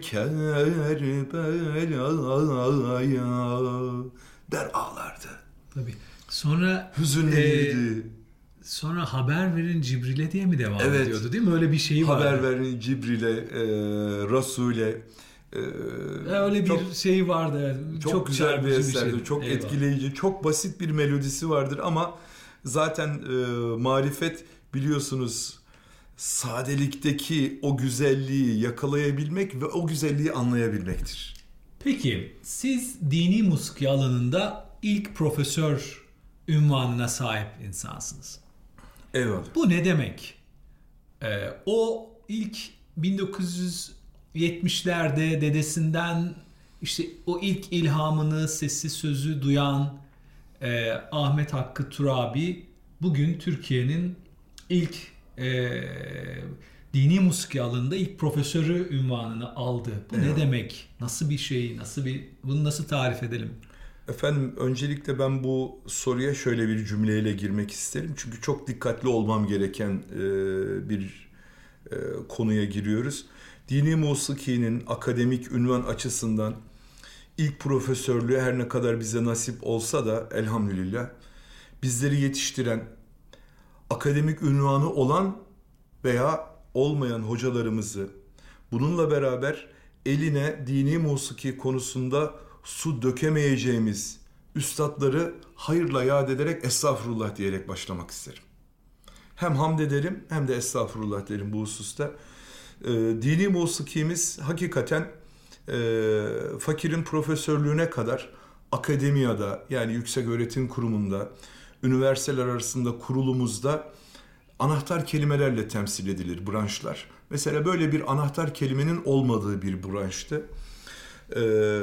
Kerbela'ya der ağlardı. Tabii. Sonra hüzünlüydü. E, sonra haber verin Cibril'e diye mi devam evet. ediyordu değil mi? Öyle bir şey vardı. Haber verin Cibril'e, e, Resul'e. E, öyle bir çok, şey vardı. Çok, çok güzel bir eserdi. Çok Eyvallah. Etkileyici, çok basit bir melodisi vardır ama zaten e, marifet biliyorsunuz sadelikteki o güzelliği yakalayabilmek ve o güzelliği anlayabilmektir. Peki siz dini musiki alanında ilk profesör ünvanına sahip insansınız. Eyvallah. Bu ne demek? Ee, o ilk bin dokuz yüz yetmişlerde dedesinden işte o ilk ilhamını, sesi sözü duyan e, Ahmet Hakkı Turabi bugün Türkiye'nin ilk e, dini musiki alanında ilk profesörü ünvanını aldı. Bu evet. Ne demek? Nasıl bir şey? Nasıl bir bunu nasıl tarif edelim? Efendim öncelikle ben bu soruya şöyle bir cümleyle girmek isterim. Çünkü çok dikkatli olmam gereken e, bir e, konuya giriyoruz. dini musikinin akademik ünvan açısından ilk profesörlüğü her ne kadar bize nasip olsa da elhamdülillah bizleri yetiştiren, akademik ünvanı olan veya olmayan hocalarımızı, bununla beraber eline dini musiki konusunda su dökemeyeceğimiz üstadları hayırla yad ederek estağfurullah diyerek başlamak isterim. Hem hamd ederim hem de estağfurullah derim bu hususta. Ee, dini musikimiz hakikaten e, fakirin profesörlüğüne kadar akademiyada, yani yüksek öğretim kurumunda, üniversiteler arasında kurulumuzda anahtar kelimelerle temsil edilir branşlar. Mesela böyle bir anahtar kelimenin olmadığı bir branştı. Ee,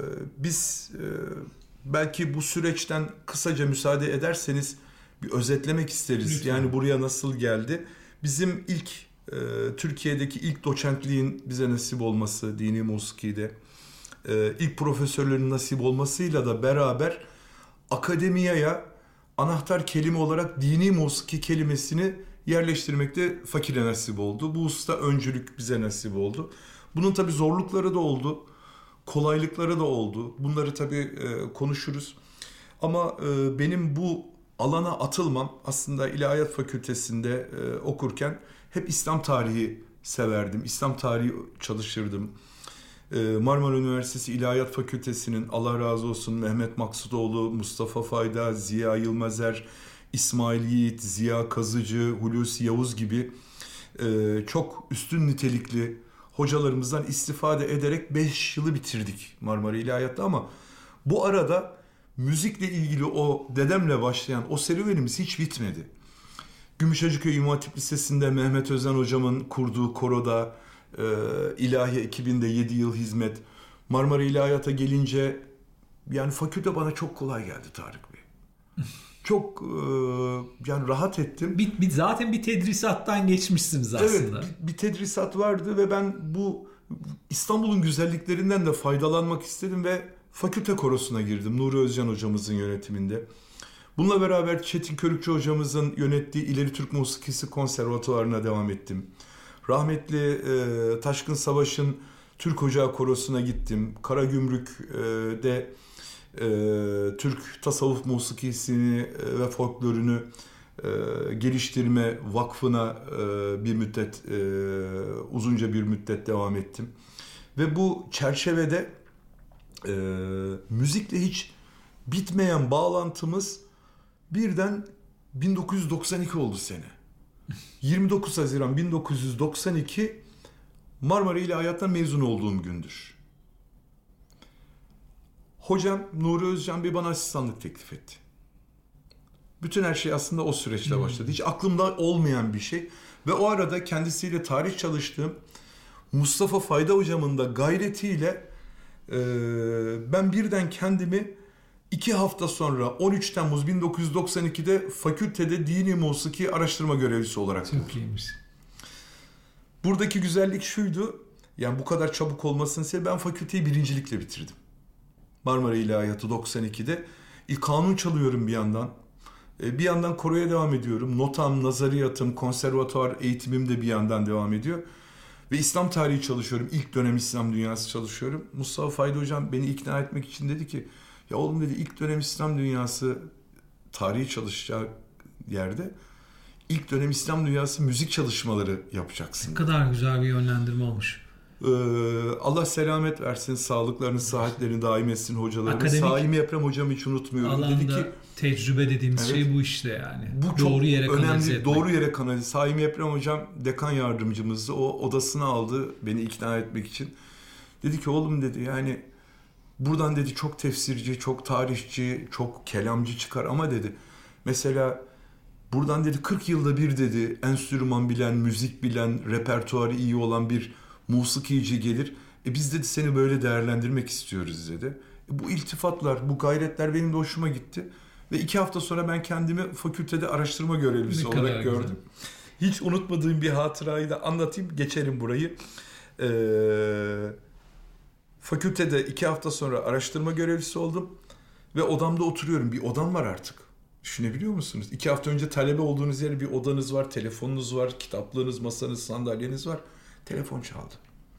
biz e, belki bu süreçten kısaca müsaade ederseniz bir özetlemek isteriz. Lütfen. Yani buraya nasıl geldi? Bizim ilk e, Türkiye'deki ilk doçentliğin bize nasip olması dini musikide, e, ilk profesörlerin nasip olmasıyla da beraber akademiyaya anahtar kelime olarak dini musiki kelimesini yerleştirmekte fakire nasip oldu. Bu hususta öncülük bize nasip oldu. Bunun tabii zorlukları da oldu, kolaylıkları da oldu. Bunları tabii e, konuşuruz. Ama e, benim bu alana atılmam aslında İlahiyat Fakültesi'nde e, okurken hep İslam tarihi severdim. İslam tarihi çalışırdım. E, Marmara Üniversitesi İlahiyat Fakültesi'nin Allah razı olsun Mehmet Maksudoğlu, Mustafa Fayda, Ziya Yılmazer, İsmail Yiğit, Ziya Kazıcı, Hulusi Yavuz gibi e, çok üstün nitelikli hocalarımızdan istifade ederek beş yılı bitirdik Marmara İlahiyat'ta. Ama bu arada müzikle ilgili o dedemle başlayan o serüvenimiz hiç bitmedi. Gümüşhacıköy İmam Hatip Lisesi'nde Mehmet Özen hocamın kurduğu koroda, e, ilahi ekibinde yedi yıl hizmet. Marmara İlahiyat'a gelince yani fakülte bana çok kolay geldi Tarık Bey. Çok e, yani rahat ettim. Bir, bir, zaten bir tedrisattan geçmişsiniz aslında. Evet, bir, bir tedrisat vardı ve ben bu İstanbul'un güzelliklerinden de faydalanmak istedim ve fakülte korosuna girdim Nuri Özcan hocamızın yönetiminde. Bununla beraber Çetin Körükçü hocamızın yönettiği İleri Türk Musikisi Konservatuvarı'na devam ettim. Rahmetli e, Taşkın Savaş'ın Türk Ocağı korosuna gittim. Karagümrük'te e, Türk tasavvuf musikisini e, ve folklorunu e, geliştirme vakfına e, bir müddet, e, uzunca bir müddet devam ettim. Ve bu çerçevede e, müzikle hiç bitmeyen bağlantımız birden bin dokuz yüz doksan iki oldu sene. yirmi dokuz Haziran bin dokuz yüz doksan iki Marmara İlahiyat'tan mezun olduğum gündür. Hocam Nuri Özcan Bey bana asistanlık teklif etti. Bütün her şey aslında o süreçte başladı. Hiç aklımda olmayan bir şey. Ve o arada kendisiyle tarih çalıştığım Mustafa Fayda hocamın da gayretiyle e, ben birden kendimi iki hafta sonra on üç Temmuz bin dokuz yüz doksan ikide fakültede dini musiki araştırma görevlisi olarak buldum. Çok iyiymiş. Buradaki güzellik şuydu. Yani bu kadar çabuk olmasının sebebi ben fakülteyi birincilikle bitirdim. Marmara İlahiyatı doksan ikide. İlk kanun çalıyorum bir yandan. Bir yandan koroya devam ediyorum. Notam, nazariyatım, konservatuvar eğitimim de bir yandan devam ediyor. Ve İslam tarihi çalışıyorum. İlk dönem İslam dünyası çalışıyorum. Mustafa Fayda hocam beni ikna etmek için dedi ki ya oğlum dedi ilk dönem İslam dünyası tarihi çalışacağı yerde ilk dönem İslam dünyası müzik çalışmaları yapacaksın. Ne kadar güzel bir yönlendirme olmuş. Ee, Allah selamet versin, sağlıklarını, sıhhatlerini daim etsin hocalarını. Akademik Saimi Eprem hocamı hiç unutmuyorum. Alanda dedi ki tecrübe dediğimiz evet, şey bu işte yani. Bu doğru çok yere önemli. etmek. Doğru yere kanalize. Saimi Eprem hocam dekan yardımcımızdı. O odasına aldı beni ikna etmek için. Dedi ki oğlum dedi yani buradan dedi çok tefsirci, çok tarihçi, çok kelamcı çıkar ama dedi mesela buradan dedi kırk yılda bir dedi enstrüman bilen, müzik bilen, repertuarı iyi olan bir musikici gelir. E biz dedi seni böyle değerlendirmek istiyoruz dedi. E bu iltifatlar, bu gayretler benim de hoşuma gitti. Ve iki hafta sonra ben kendimi fakültede araştırma görevlisi Ne olarak gördüm. Güzel. Hiç unutmadığım bir hatırayı da anlatayım, geçelim burayı. Eee... Fakültede iki hafta sonra araştırma görevlisi oldum ve odamda oturuyorum. Bir odam var artık. Düşünebiliyor musunuz? İki hafta önce talebe olduğunuz yerde bir odanız var, telefonunuz var, kitaplığınız, masanız, sandalyeniz var. Telefon çaldı.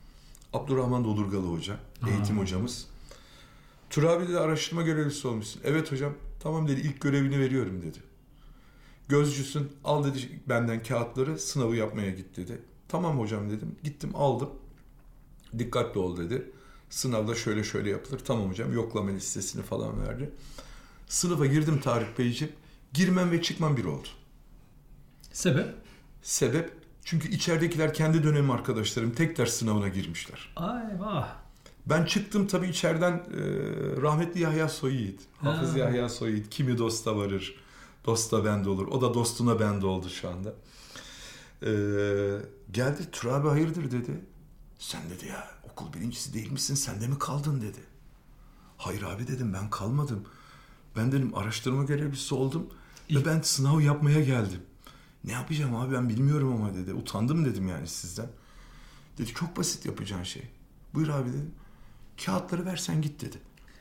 Abdurrahman Dolurgalı Hoca, eğitim Aa. hocamız. Turabi dedi, araştırma görevlisi olmuşsun. Evet hocam, tamam dedi, ilk görevini veriyorum dedi. Gözcüsün, al dedi benden kağıtları, sınavı yapmaya git dedi. Tamam hocam dedim, gittim aldım. Dikkatli ol dedi. Sınavda şöyle şöyle yapılır. Tamam hocam, yoklama listesini falan verdi. Sınıfa girdim Tarık Beyciğim. Girmem ve çıkmam bir oldu. Sebep? Sebep? Çünkü içeridekiler kendi dönem arkadaşlarım tek ders sınavına girmişler. Ay vah. Ben çıktım tabii içeriden e, rahmetli Yahya Soyyiğit. Hafız ha. Yahya Soyyiğit. Kimi dosta varır, dosta bende olur. O da dostuna bende oldu şu anda. E, geldi, Turabi hayırdır dedi. Sen dedi ya okul birincisi değil misin? Sen de mi kaldın dedi. Hayır abi dedim, ben kalmadım. Ben dedim araştırma görevlisi oldum İlk... ve ben sınav yapmaya geldim. Ne yapacağım abi ben bilmiyorum ama dedi. Utandım dedim yani sizden. Dedi çok basit yapacağın şey. Buyur abi dedim. Kağıtları versen git dedi.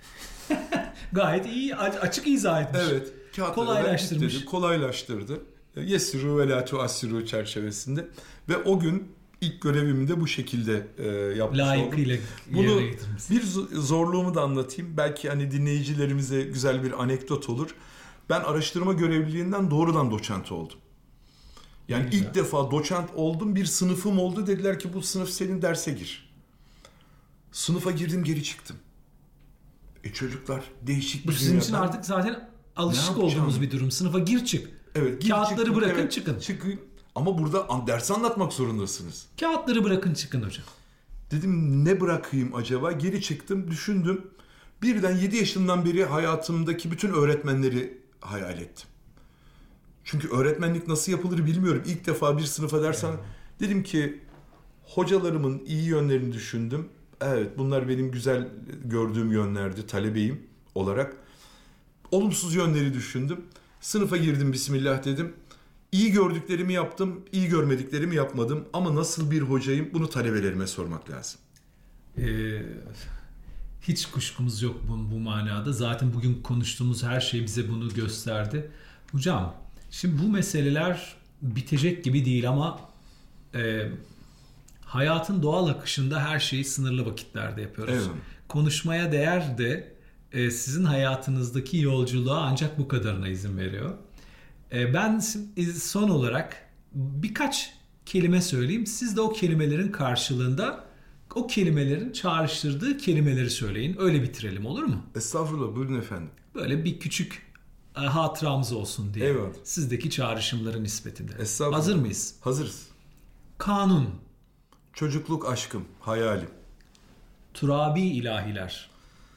Gayet iyi, açık izah etmiş. Evet. Kolaylaştırmış. Dedi, kolaylaştırdı. Yesiru ve la tuassiru çerçevesinde. Ve o gün ilk görevimi de bu şekilde e, yapmış layıkıyla oldum. Bunu bir zorluğumu da anlatayım. Belki hani dinleyicilerimize güzel bir anekdot olur. Ben araştırma görevliliğinden doğrudan doçent oldum. Yani ilk güzel. defa doçent oldum, bir sınıfım oldu. Dediler ki bu sınıf senin, derse gir. Sınıfa girdim, geri çıktım. E çocuklar değişik bir bu sizin için artık zaten alışık olduğumuz bir durum. Sınıfa gir çık. Evet. Gir, kağıtları çıktım, bırakın evet, çıkın. Çıkın. Ama burada ders anlatmak zorundasınız. Kağıtları bırakın çıkın hocam. Dedim ne bırakayım acaba? Geri çıktım, düşündüm. Birden yedi yaşından beri hayatımdaki bütün öğretmenleri hayal ettim. Çünkü öğretmenlik nasıl yapılır bilmiyorum. İlk defa bir sınıfa dersen yani. Dedim ki hocalarımın iyi yönlerini düşündüm. Evet, bunlar benim güzel gördüğüm yönlerdi talebeyim olarak. Olumsuz yönleri düşündüm. Sınıfa girdim, bismillah dedim. İyi gördüklerimi yaptım, iyi görmediklerimi yapmadım. Ama nasıl bir hocayım bunu talebelerime sormak lazım. Ee, hiç kuşkumuz yok bu, bu manada. Zaten bugün konuştuğumuz her şey bize bunu gösterdi. Hocam, şimdi bu meseleler bitecek gibi değil ama e, hayatın doğal akışında her şeyi sınırlı vakitlerde yapıyoruz. Evet. Konuşmaya değer de e, sizin hayatınızdaki yolculuğa ancak bu kadarına izin veriyor. E, ben son olarak birkaç kelime söyleyeyim. Siz de o kelimelerin karşılığında o kelimelerin çağrıştırdığı kelimeleri söyleyin. Öyle bitirelim, olur mu? Estağfurullah, buyurun efendim. Böyle bir küçük hatıramız olsun diye. Evet. Sizdeki çağrışımların nispetinde. Estağfurullah. Hazır mıyız? Hazırız. Kanun. Çocukluk aşkım, hayalim. Turabi ilahiler.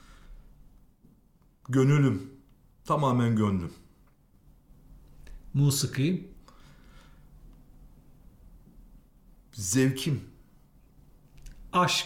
Gönülüm, tamamen gönlüm. Musiki. Zevkim. Aşk.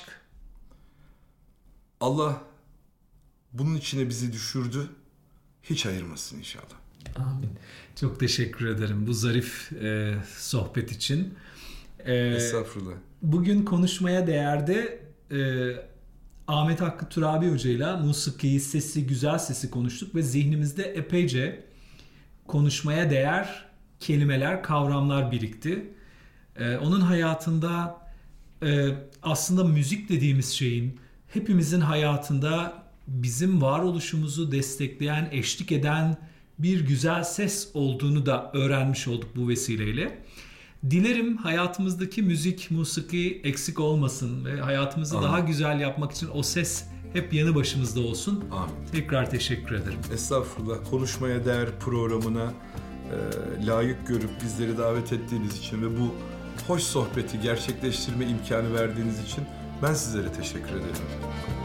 Allah bunun içine bizi düşürdü. Hiç ayırmasın inşallah. Amin. Çok teşekkür ederim bu zarif e, sohbet için. E, Estağfurullah. Bugün konuşmaya değerde e, Ahmet Hakkı Turabi Hoca ile musiki, sesi, güzel sesi konuştuk ve zihnimizde epeyce konuşmaya değer kelimeler, kavramlar birikti. E, onun hayatında e, aslında müzik dediğimiz şeyin hepimizin hayatında bizim varoluşumuzu destekleyen, eşlik eden bir güzel ses olduğunu da öğrenmiş olduk bu vesileyle. Dilerim hayatımızdaki müzik, musiki eksik olmasın ve hayatımızı Amin. Daha güzel yapmak için o ses hep yanı başımızda olsun. Amin. Tekrar teşekkür ederim. Estağfurullah. Konuşmaya değer programına e, layık görüp bizleri davet ettiğiniz için ve bu hoş sohbeti gerçekleştirme imkanı verdiğiniz için ben sizlere teşekkür ederim.